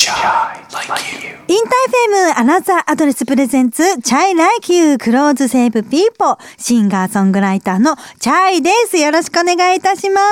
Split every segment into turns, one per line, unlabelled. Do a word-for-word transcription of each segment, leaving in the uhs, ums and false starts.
Chai like you.
インターフェームアナザーアドレスプレゼンツ Chai like you クローズセーブピーポーシンガーソングライターのチャイです。よろしくお願いいたします。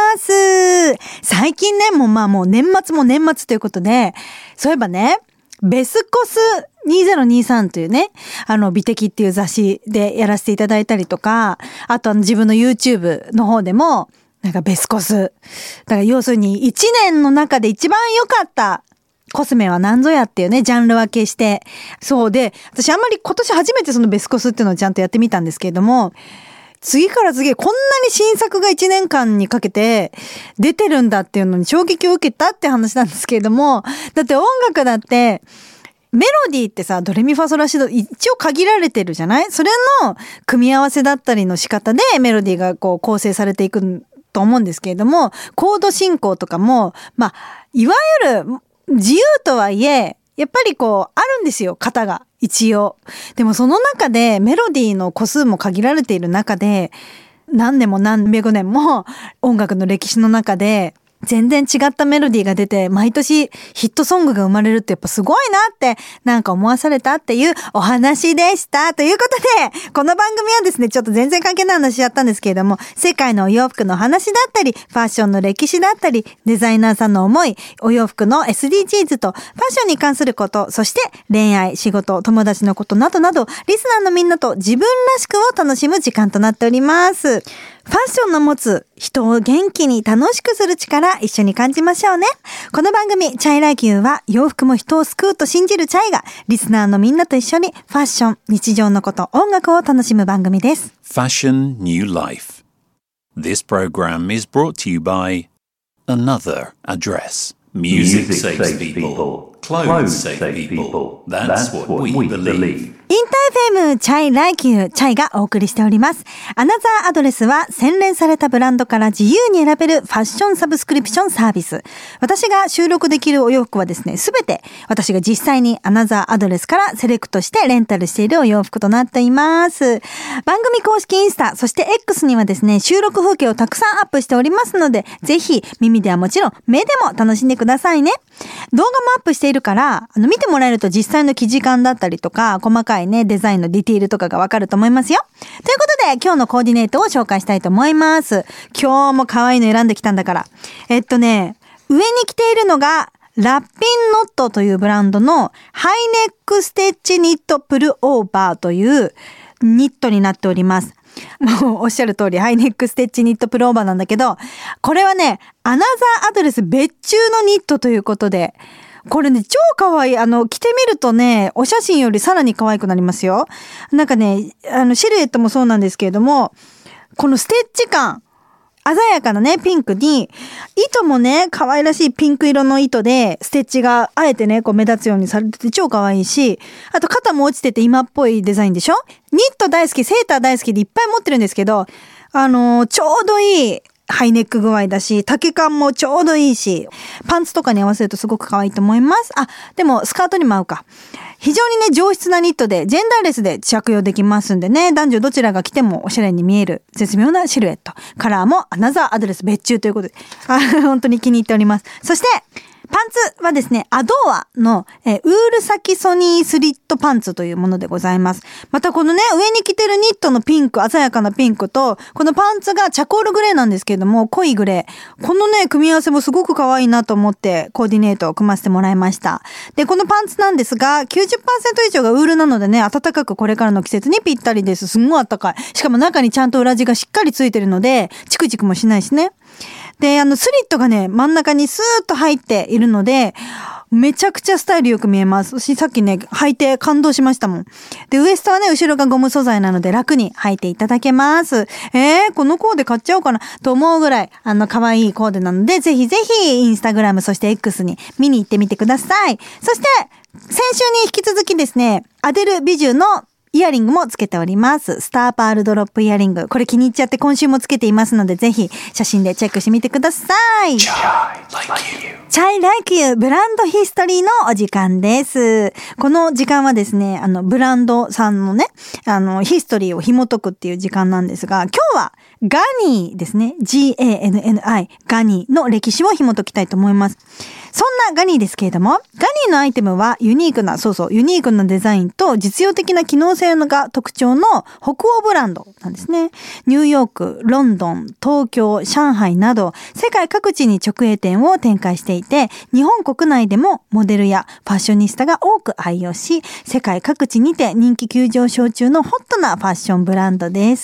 最近ね、もうまあもう年末も年末ということで、そういえばね、ベスコスにせんにじゅうさんというね、あの美的っていう雑誌でやらせていただいたりとか、あと自分の YouTube の方でもなんかベスコス、だから要するにいちねんの中で一番良かったコスメは何ぞやっていうね、ジャンル分けして。そうで、私あんまり今年初めてそのベスコスっていうのをちゃんとやってみたんですけれども、次から次へこんなに新作がいちねんかんにかけて出てるんだっていうのに衝撃を受けたって話なんですけれども、だって音楽だって、メロディーってさ、ドレミファソラシド一応限られてるじゃない？それの組み合わせだったりの仕方でメロディーがこう構成されていくと思うんですけれども、コード進行とかも、まあ、いわゆる自由とはいえ、やっぱりこう、あるんですよ、型が。一応。でもその中で、メロディーの個数も限られている中で、何年も何百年も音楽の歴史の中で、全然違ったメロディーが出て、毎年ヒットソングが生まれるってやっぱすごいなってなんか思わされたっていうお話でした。ということで、この番組はですね、ちょっと全然関係ない話しちゃったんですけれども、世界のお洋服の話だったり、ファッションの歴史だったり、デザイナーさんの思い、お洋服の エスディージーズ とファッションに関すること、そして恋愛、仕事、友達のことなどなど、リスナーのみんなと自分らしくを楽しむ時間となっております。ファッションの持つ人を元気に楽しくする力、一緒に感じましょうね。この番組、チャイライキューは洋服も人を救うと信じるチャイが、リスナーのみんなと一緒にファッション、日常のこと、音楽を楽しむ番組です。
Fashion New Life. This program is brought to you by Another Address. Music, Music saves people. Clothes save people. That's what we believe.
インターフェームチャイライキューチャイがお送りしております。アナザーアドレスは洗練されたブランドから自由に選べるファッションサブスクリプションサービス。私が収録できるお洋服はですね、すべて私が実際にアナザーアドレスからセレクトしてレンタルしているお洋服となっています。番組公式インスタ、そして X にはですね、収録風景をたくさんアップしておりますので、ぜひ耳ではもちろん目でも楽しんでくださいね。動画もアップしているから、あの見てもらえると実際の生地感だったりとか、細かいね、デザインのディティールとかがわかると思いますよ。ということで、今日のコーディネートを紹介したいと思います。今日も可愛いの選んできたんだから。えっとね、上に着ているのが、ラッピンノットというブランドのハイネックステッチニットプルオーバーというニットになっております。もうおっしゃる通り、ハイネックステッチニットプルオーバーなんだけど、これはね、アナザーアドレス別注のニットということで、これね、超可愛い。あの、着てみるとね、お写真よりさらに可愛くなりますよ。なんかね、あの、シルエットもそうなんですけれども、このステッチ感、鮮やかなね、ピンクに、糸もね、可愛らしいピンク色の糸で、ステッチがあえてね、こう目立つようにされてて超可愛いし、あと肩も落ちてて今っぽいデザインでしょ？ニット大好き、セーター大好きでいっぱい持ってるんですけど、あのー、ちょうどいい、ハイネック具合だし、丈感もちょうどいいし、パンツとかに合わせるとすごく可愛いと思います。あ、でもスカートにも合うか。非常にね、上質なニットで、ジェンダーレスで着用できますんでね、男女どちらが着てもおしゃれに見える絶妙なシルエット。カラーもアナザーアドレス別注ということで、あ、本当に気に入っております。そして、パンツはですね、アドアの、えー、ウールサキソニースリットパンツというものでございます。またこのね、上に着てるニットのピンク、鮮やかなピンクと、このパンツがチャコールグレーなんですけれども、濃いグレー。このね、組み合わせもすごく可愛いなと思ってコーディネートを組ませてもらいました。で、このパンツなんですが、きゅうじゅっパーセント 以上がウールなのでね、暖かくこれからの季節にぴったりです。すんごい暖かい。しかも中にちゃんと裏地がしっかりついてるので、チクチクもしないしね。で、あの、スリットがね、真ん中にスーッと入っているので、めちゃくちゃスタイルよく見えます。私さっきね、履いて感動しましたもん。で、ウエストはね、後ろがゴム素材なので楽に履いていただけます。えー、このコーデ買っちゃおうかなと思うぐらい、あの、可愛いコーデなので、ぜひぜひ、インスタグラム、そして X に見に行ってみてください。そして、先週に引き続きですね、アデル・ビジュのイヤリングもつけております。スターパールドロップイヤリング。これ気に入っちゃって今週もつけていますので、ぜひ写真でチェックしてみてください。
Chai like you.
Chai like you ブランドヒストリーのお時間です。この時間はですね、あの、ブランドさんのね、あの、ヒストリーを紐解くっていう時間なんですが、今日はガニーですね。ジーエーエヌエヌアイ ガニーの歴史を紐解きたいと思います。 そんなガニーですけれども、ガニーのアイテムはユニークな、そうそう、ユニークなデザインと実用的な機能性が特徴の北欧ブランドなんですね。ニューヨーク、ロンドン、東京、上海など世界各地に直営店を展開していて、日本国内でもモデルやファッショニスタが多く愛用し、世界各地にて人気急上昇中のホットなファッションブランドです。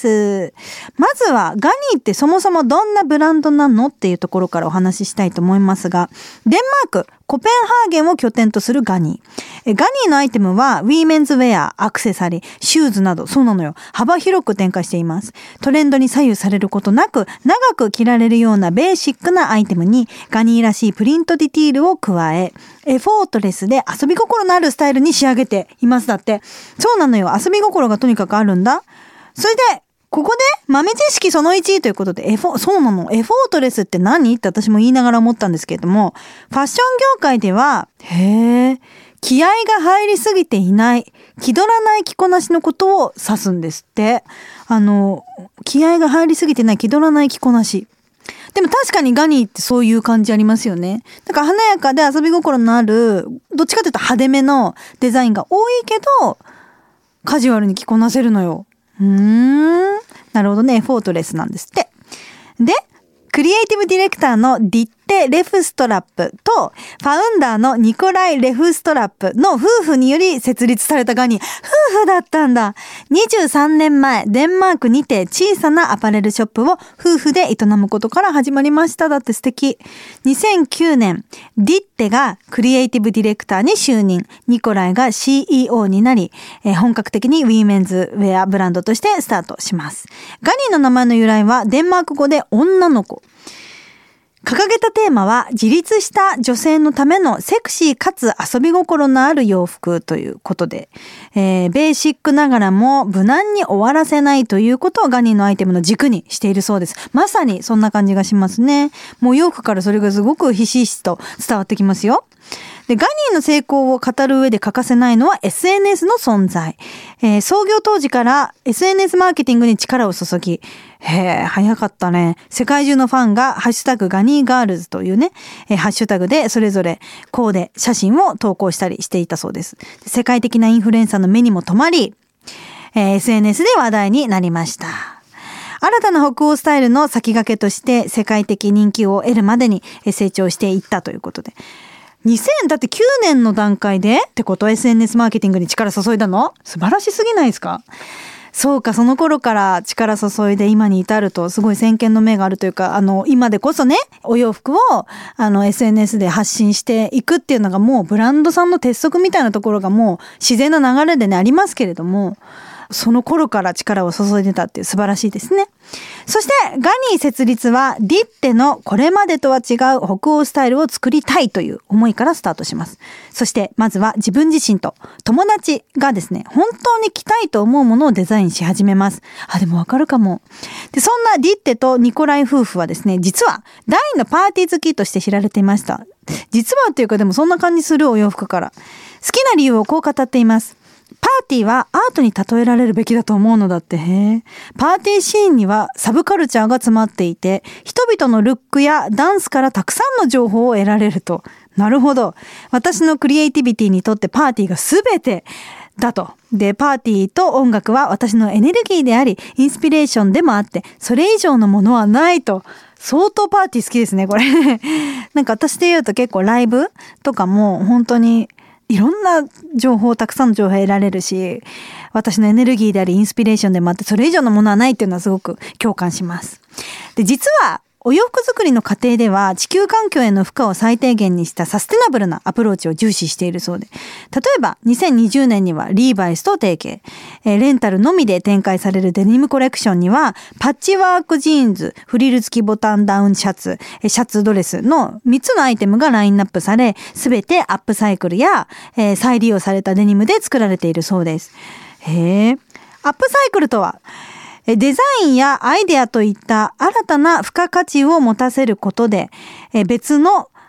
まずはガニーってそもそもどんなブランドなのっていうところからお話ししたいと思いますが、デンマークコペンハーゲンを拠点とするガニー。ガニーのアイテムはウィーメンズウェア、アクセサリー、シューズなど、そうなのよ、幅広く展開しています。トレンドに左右されることなく長く着られるようなベーシックなアイテムにガニーらしいプリントディティールを加え、エフォートレスで遊び心のあるスタイルに仕上げています。だってそうなのよ、遊び心がとにかくあるんだ。それでここで豆知識そのいちということで、エフォ、そうなの、エフォートレスって何って私も言いながら思ったんですけれども、ファッション業界では、へー、気合が入りすぎていない、気取らない着こなしのことを指すんですって。あの、気合が入りすぎてない、気取らない着こなし。でも確かにガニーってそういう感じありますよね。だから華やかで遊び心のある、どっちかというと派手めのデザインが多いけど、カジュアルに着こなせるのよ。うーん、なるほどね。フォートレスなんですって。で、クリエイティブディレクターのディッテ・レフストラップとファウンダーのニコライ・レフストラップの夫婦により設立されたガニー。夫婦だったんだ。にじゅうさんねんまえ、デンマークにて小さなアパレルショップを夫婦で営むことから始まりました。だって素敵。にせんきゅうねん、ディッテがクリエイティブディレクターに就任。ニコライが シーイーオー になり、えー、本格的にウィーメンズウェアブランドとしてスタートします。ガニーの名前の由来はデンマーク語で女の子。掲げたテーマは自立した女性のためのセクシーかつ遊び心のある洋服ということで、えー、ベーシックながらも無難に終わらせないということをガニーのアイテムの軸にしているそうです。まさにそんな感じがしますね。もう洋服からそれがすごくひしひしと伝わってきますよ。で、ガニーの成功を語る上で欠かせないのは エスエヌエス の存在。えー、創業当時から エスエヌエス マーケティングに力を注ぎ、へー、早かったね。世界中のファンがハッシュタグガニーガールズというね、えー、ハッシュタグでそれぞれコーデ、写真を投稿したりしていたそうです。世界的なインフルエンサーの目にも留まり、えー、エスエヌエス で話題になりました。新たな北欧スタイルの先駆けとして世界的人気を得るまでに成長していったということで。にせんだってきゅうねんの段階でってこと エスエヌエス マーケティングに力注いだの？素晴らしすぎないですか？そうか、その頃から力注いで今に至るとすごい先見の明があるというか、あの今でこそね、お洋服をあの エスエヌエス で発信していくっていうのがもうブランドさんの鉄則みたいなところがもう自然な流れでねありますけれども、その頃から力を注いでたっていう素晴らしいですね。そしてガニー設立はディッテのこれまでとは違う北欧スタイルを作りたいという思いからスタートします。そしてまずは自分自身と友達がですね、本当に着たいと思うものをデザインし始めます。あ、でもわかるかも。で、そんなディッテとニコライ夫婦はですね、実は大のパーティー好きとして知られていました。実はっていうかでもそんな感じするお洋服から。好きな理由をこう語っています。パーティーはアートに例えられるべきだと思うのだって。へえ。パーティーシーンにはサブカルチャーが詰まっていて、人々のルックやダンスからたくさんの情報を得られると。なるほど。私のクリエイティビティにとってパーティーが全てだと。で、パーティーと音楽は私のエネルギーであり、インスピレーションでもあって、それ以上のものはないと。相当パーティー好きですね、これ。なんか私で言うと結構ライブとかも本当にいろんな情報、たくさんの情報を得られるし、私のエネルギーでありインスピレーションでもあって、それ以上のものはないっていうのはすごく共感します。で、実はお洋服作りの過程では地球環境への負荷を最低限にしたサステナブルなアプローチを重視しているそうで、例えばにせんにじゅうねんにはリーバイスと提携、えー、レンタルのみで展開されるデニムコレクションにはパッチワークジーンズ、フリル付きボタンダウンシャツ、シャツドレスのみっつのアイテムがラインナップされ、すべてアップサイクルや、えー、再利用されたデニムで作られているそうです。へー。アップサイクルとはデザインやアイデアといった新たな付加価値を持たせることで別の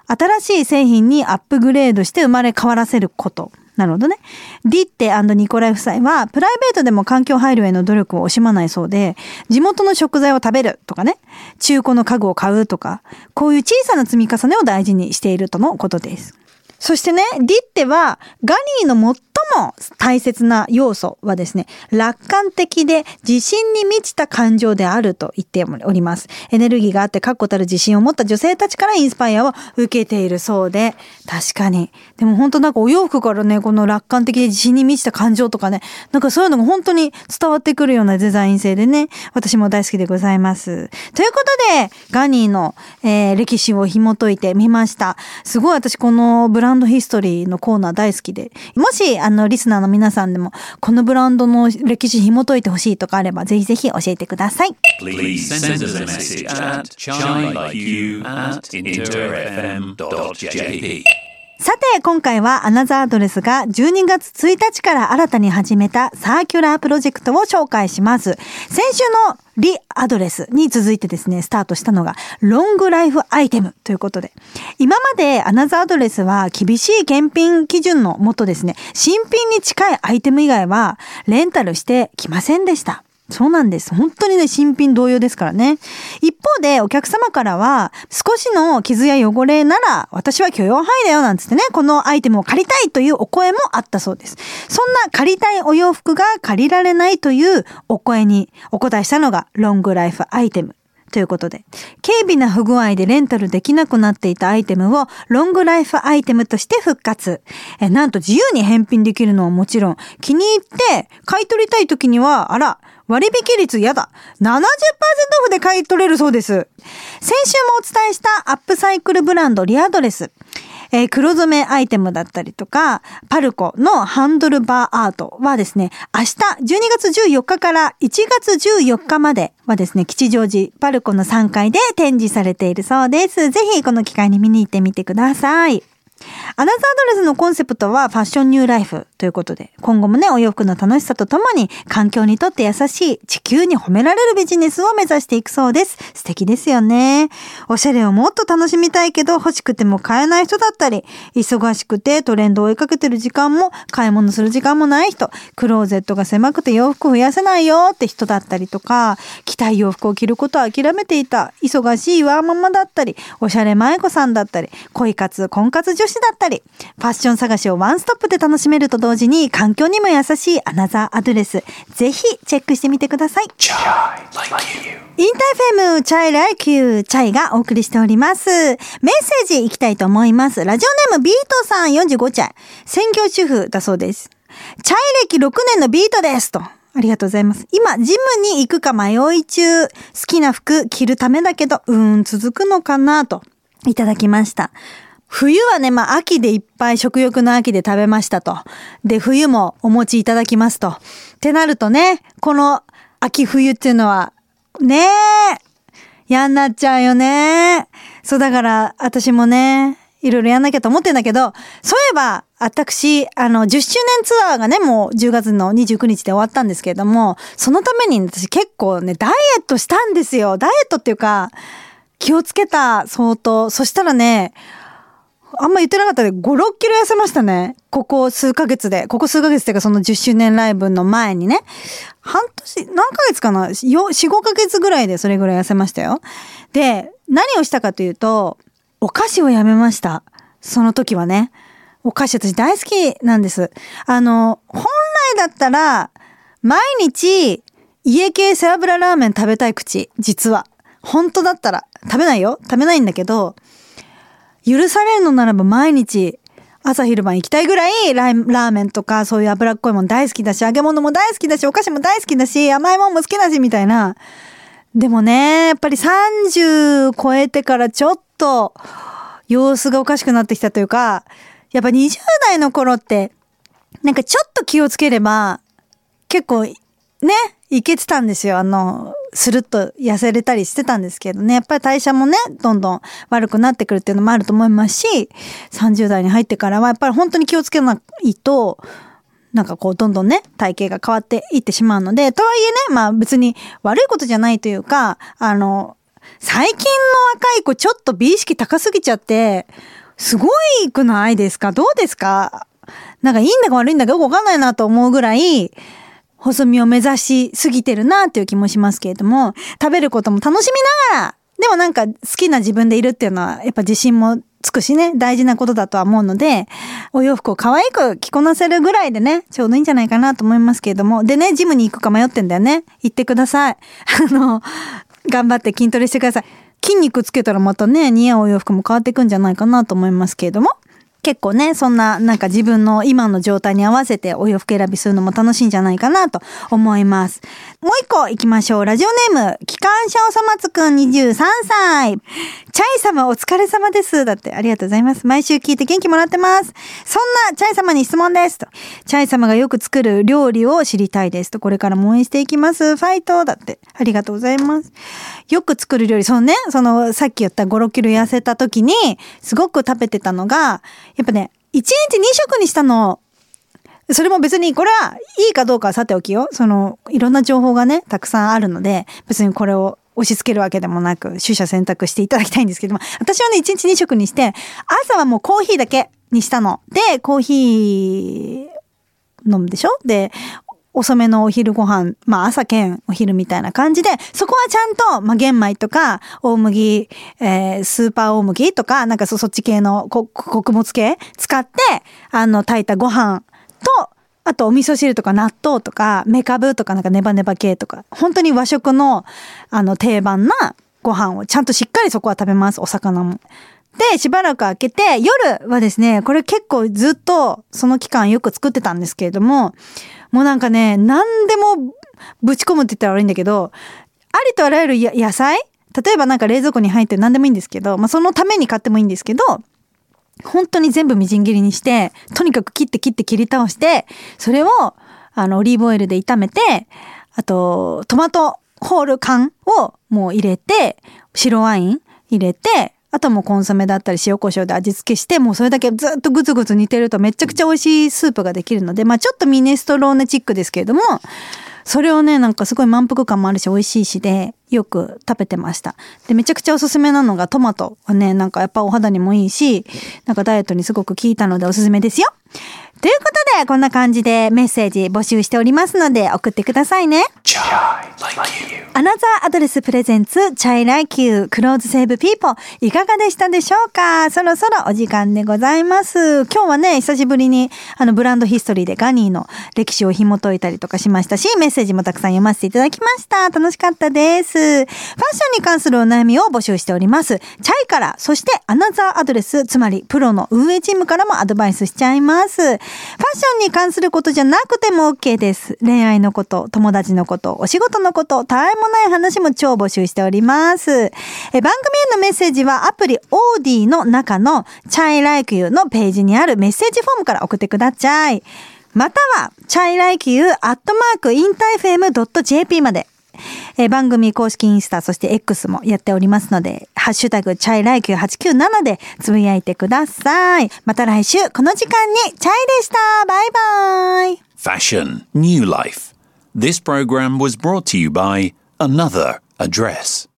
新しい製品にアップグレードして生まれ変わらせること。なるほどね。ディッテ&ニコライ夫妻はプライベートでも環境配慮への努力を惜しまないそうで、地元の食材を食べるとかね、中古の家具を買うとか、こういう小さな積み重ねを大事にしているとのことです。そしてね、ディッテはガニーの最も大切な要素はですね、楽観的で自信に満ちた感情であると言っております。エネルギーがあって確固たる自信を持った女性たちからインスパイアを受けているそうで、確かに。でも本当なんかお洋服からね、この楽観的で自信に満ちた感情とかね、なんかそういうのが本当に伝わってくるようなデザイン性でね、私も大好きでございます。ということで、ガニーの、えー、歴史を紐解いてみました。すごい私このブランドヒストリーのコーナー大好きで、もしあのリスナーの皆さんでもこのブランドの歴史紐解いてほしいとかあればぜひぜひ教えてください。
Please send us a message at chai like you at inter f m dot j p。
さて今回はアナザードレスがじゅうにがつついたちから新たに始めたサーキュラープロジェクトを紹介します。先週のリアドレスに続いてですね、スタートしたのがロングライフアイテムということで、今までアナザードレスは厳しい検品基準のもとですね、新品に近いアイテム以外はレンタルしてきませんでした。そうなんです。本当にね、新品同様ですからね。一方でお客様からは少しの傷や汚れなら私は許容範囲だよなんつってね、このアイテムを借りたいというお声もあったそうです。そんな借りたいお洋服が借りられないというお声にお答えしたのがロングライフアイテムということで、軽微な不具合でレンタルできなくなっていたアイテムをロングライフアイテムとして復活。えなんと自由に返品できるのはもちろん、気に入って買い取りたい時には、あら、割引率やだ ななじゅっパーセント オフで買い取れるそうです。先週もお伝えしたアップサイクルブランドリアドレス、えー、黒染めアイテムだったりとかパルコのハンドルバーアートはですね、明日じゅうにがつじゅうよっかからいちがつじゅうよっかまではですね、吉祥寺パルコのさんかいで展示されているそうです。ぜひこの機会に見に行ってみてください。アナザードレスのコンセプトはファッションニューライフということで、今後もね、お洋服の楽しさとともに環境にとって優しい地球に褒められるビジネスを目指していくそうです。素敵ですよね。おしゃれをもっと楽しみたいけど欲しくても買えない人だったり、忙しくてトレンドを追いかけてる時間も買い物する時間もない人、クローゼットが狭くて洋服増やせないよって人だったりとか、着たい洋服を着ることを諦めていた忙しいワーママだったり、おしゃれ舞子さんだったり、恋活婚活女子だったり、ファッション探しをワンストップで楽しめると同時に環境にも優しいアナザーアドレス、ぜひチェックしてみてください。
Chai like you。
インターフェムチャイライキューチャイがお送りしております。メッセージいきたいと思います。ラジオネームビートさんよんじゅうごチャイ、専業主婦だそうです。チャイ歴ろくねんのビートですと。ありがとうございます。今ジムに行くか迷い中、好きな服着るためだけどうーん続くのかなといただきました。冬はね、まあ秋でいっぱい食欲の秋で食べましたと。で、冬もお持ちいただきますと。ってなるとね、この秋冬っていうのは、ねえ、嫌になっちゃうよね。そうだから私もね、いろいろやんなきゃと思ってんだけど、そういえば、私、あの、じゅっしゅうねんツアーがね、もうじゅうがつのにじゅうくにちで終わったんですけれども、そのために私結構ね、ダイエットしたんですよ。ダイエットっていうか、気をつけた、相当。そしたらね、あんま言ってなかったでご、ろっキロ痩せましたね。ここ数ヶ月で。ここ数ヶ月っていうかそのじゅっしゅうねんライブの前にね。半年、何ヶ月かな ?よん、ごかげつぐらいでそれぐらい痩せましたよ。で、何をしたかというと、お菓子をやめました。その時はね。お菓子私大好きなんです。あの、本来だったら、毎日家系背脂ラーメン食べたい口。実は。本当だったら。食べないよ。食べないんだけど、許されるのならば毎日朝昼晩行きたいぐらいラーメンとかそういう脂っこいもの大好きだし、揚げ物も大好きだし、お菓子も大好きだし、甘いもんも好きだしみたいな。でもね、やっぱりさんじゅう超えてからちょっと様子がおかしくなってきたというか、やっぱにじゅうだいの頃ってなんかちょっと気をつければ結構ね、いけてたんですよ。あの、スルッと痩せれたりしてたんですけどね。やっぱり代謝もね、どんどん悪くなってくるっていうのもあると思いますし、さんじゅうだいに入ってからはやっぱり本当に気をつけないと、なんかこうどんどんね、体型が変わっていってしまうので、とはいえね、まあ別に悪いことじゃないというか、あの、 最近の若い子ちょっと美意識高すぎちゃって、すごいくないですか？どうですか？なんかいいんだか悪いんだかよくわかんないなと思うぐらい、細身を目指しすぎてるなっていう気もしますけれども、食べることも楽しみながら、でもなんか好きな自分でいるっていうのはやっぱ自信もつくしね、大事なことだとは思うので、お洋服を可愛く着こなせるぐらいでね、ちょうどいいんじゃないかなと思いますけれども。でね、ジムに行くか迷ってんだよね。行ってください。あの、頑張って筋トレしてください。筋肉つけたらまたね、似合うお洋服も変わっていくんじゃないかなと思いますけれども。結構ね、そんななんか自分の今の状態に合わせてお洋服選びするのも楽しいんじゃないかなと思います。もう一個行きましょう。ラジオネーム、機関車おそ松くんにじゅうさんさい。チャイ様お疲れ様です。だってありがとうございます。毎週聞いて元気もらってます。そんなチャイ様に質問ですと。チャイ様がよく作る料理を知りたいですと。これからも応援していきます。ファイトだって。ありがとうございます。よく作る料理、そうね、そのさっき言ったご、ろっキロ痩せた時にすごく食べてたのが、やっぱね、いちにちに食にしたの。それも別にこれはいいかどうかはさておきよ。そのいろんな情報がねたくさんあるので、別にこれを押し付けるわけでもなく取捨選択していただきたいんですけども、私はねいちにちに食にして、朝はもうコーヒーだけにしたので、コーヒー飲むでしょ。で遅めのお昼ご飯、まあ朝兼お昼みたいな感じで、そこはちゃんと、まあ玄米とか大麦、えー、スーパー大麦とか、なんかそ、そっち系のこ穀物系使って、あの炊いたご飯と、あとお味噌汁とか納豆とかメカブとかなんかネバネバ系とか、本当に和食のあの定番なご飯をちゃんとしっかりそこは食べます。お魚も。で、しばらく空けて、夜はですね、これ結構ずっとその期間よく作ってたんですけれども、もうなんかね、何でもぶち込むって言ったら悪いんだけど、ありとあらゆる野菜、例えばなんか冷蔵庫に入ってる何でもいいんですけど、まあそのために買ってもいいんですけど、本当に全部みじん切りにして、とにかく切って切って切り倒して、それをあのオリーブオイルで炒めて、あとトマトホール缶をもう入れて、白ワイン入れて、あともうコンソメだったり塩コショウで味付けして、もうそれだけずっとグツグツ煮てるとめちゃくちゃ美味しいスープができるので、まあちょっとミネストローネチックですけれども、それをね、なんかすごい満腹感もあるし美味しいしで、よく食べてました。で、めちゃくちゃおすすめなのがトマトはね、なんかやっぱお肌にもいいし、なんかダイエットにすごく効いたのでおすすめですよ。ということで、こんな感じでメッセージ募集しておりますので送ってくださいね。アナザーアドレスプレゼンツ Chai Like You Clothes Save People いかがでしたでしょうか。そろそろお時間でございます。今日はね、久しぶりにあのブランドヒストリーでガニーの歴史を紐解いたりとかしましたし、メッセージもたくさん読ませていただきました。楽しかったです。ファッションに関するお悩みを募集しております。チャイから、そしてアナザーアドレス、つまりプロの運営チームからもアドバイスしちゃいます。ファッションに関することじゃなくても OK です。恋愛のこと、友達のこと、お仕事のこと、たわいもない話も超募集しております。え番組へのメッセージはアプリオーディの中の Chai Like You のページにあるメッセージフォームから送ってください。または Chai Like You アットマークインターエフエムドットジェーピー まで。えー、番組公式インスタそして X もやっておりますので、ハッシュタグチャイライキューはちきゅうななでつぶやいてください。また来週この時間にチャイでした。バイバイ。
Fashion New Life. This program was brought to you by Another Address.